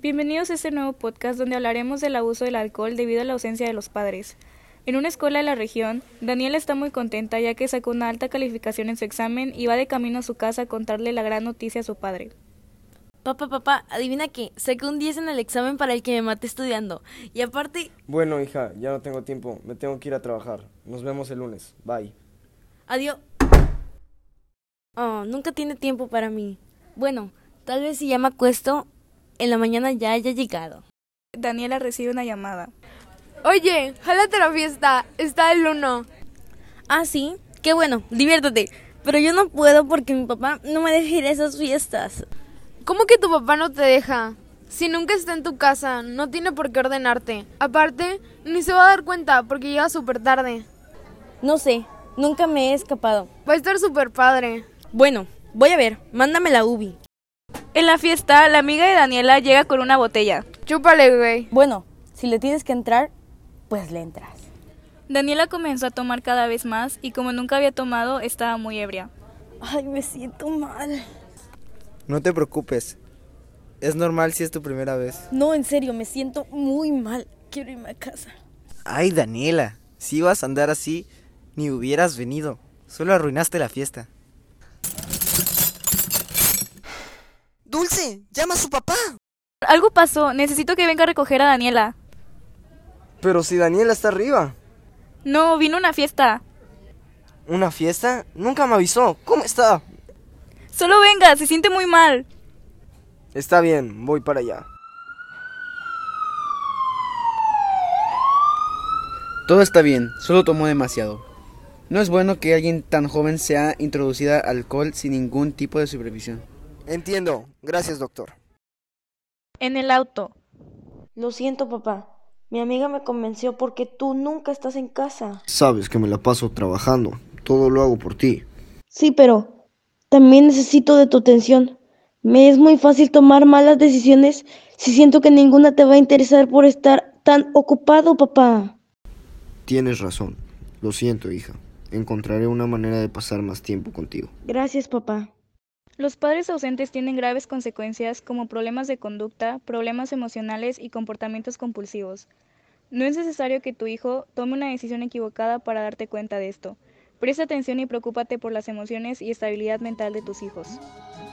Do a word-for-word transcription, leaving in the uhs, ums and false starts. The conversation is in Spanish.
Bienvenidos a este nuevo podcast donde hablaremos del abuso del alcohol debido a la ausencia de los padres. En una escuela de la región, Daniela está muy contenta ya que sacó una alta calificación en su examen y va de camino a su casa a contarle la gran noticia a su padre. Papá, papá, adivina qué, saqué un diez en el examen para el que me maté estudiando. Y aparte... Bueno, hija, ya no tengo tiempo, me tengo que ir a trabajar. Nos vemos el lunes, bye. Adiós. Oh, nunca tiene tiempo para mí. Bueno, tal vez si ya me acuesto, en la mañana ya haya llegado. Daniela recibe una llamada. Oye, jálate a la fiesta, está el uno. Ah, sí, qué bueno, diviértete. Pero yo no puedo porque mi papá no me deja ir a esas fiestas. ¿Cómo que tu papá no te deja? Si nunca está en tu casa, no tiene por qué ordenarte. Aparte, ni se va a dar cuenta porque llega súper tarde. No sé, nunca me he escapado. Va a estar súper padre. Bueno, voy a ver, mándame la ubi. En la fiesta, la amiga de Daniela llega con una botella. Chúpale, güey. Bueno, si le tienes que entrar, pues le entras. Daniela comenzó a tomar cada vez más y como nunca había tomado, estaba muy ebria. Ay, me siento mal. No te preocupes, es normal si es tu primera vez. No, en serio, me siento muy mal. Quiero irme a casa. Ay, Daniela, si ibas a andar así, ni hubieras venido. Solo arruinaste la fiesta. ¡Dulce! ¡Llama a su papá! Algo pasó, necesito que venga a recoger a Daniela. Pero si Daniela está arriba. No, vino a una fiesta. ¿Una fiesta? Nunca me avisó. ¿Cómo está? Solo venga, se siente muy mal. Está bien, voy para allá. Todo está bien, solo tomó demasiado. No es bueno que alguien tan joven sea introducida al alcohol sin ningún tipo de supervisión. Entiendo. Gracias, doctor. En el auto. Lo siento, papá. Mi amiga me convenció porque tú nunca estás en casa. Sabes que me la paso trabajando. Todo lo hago por ti. Sí, pero también necesito de tu atención. Me es muy fácil tomar malas decisiones si siento que ninguna te va a interesar por estar tan ocupado, papá. Tienes razón. Lo siento, hija. Encontraré una manera de pasar más tiempo contigo. Gracias, papá. Los padres ausentes tienen graves consecuencias como problemas de conducta, problemas emocionales y comportamientos compulsivos. No es necesario que tu hijo tome una decisión equivocada para darte cuenta de esto. Presta atención y preocúpate por las emociones y estabilidad mental de tus hijos.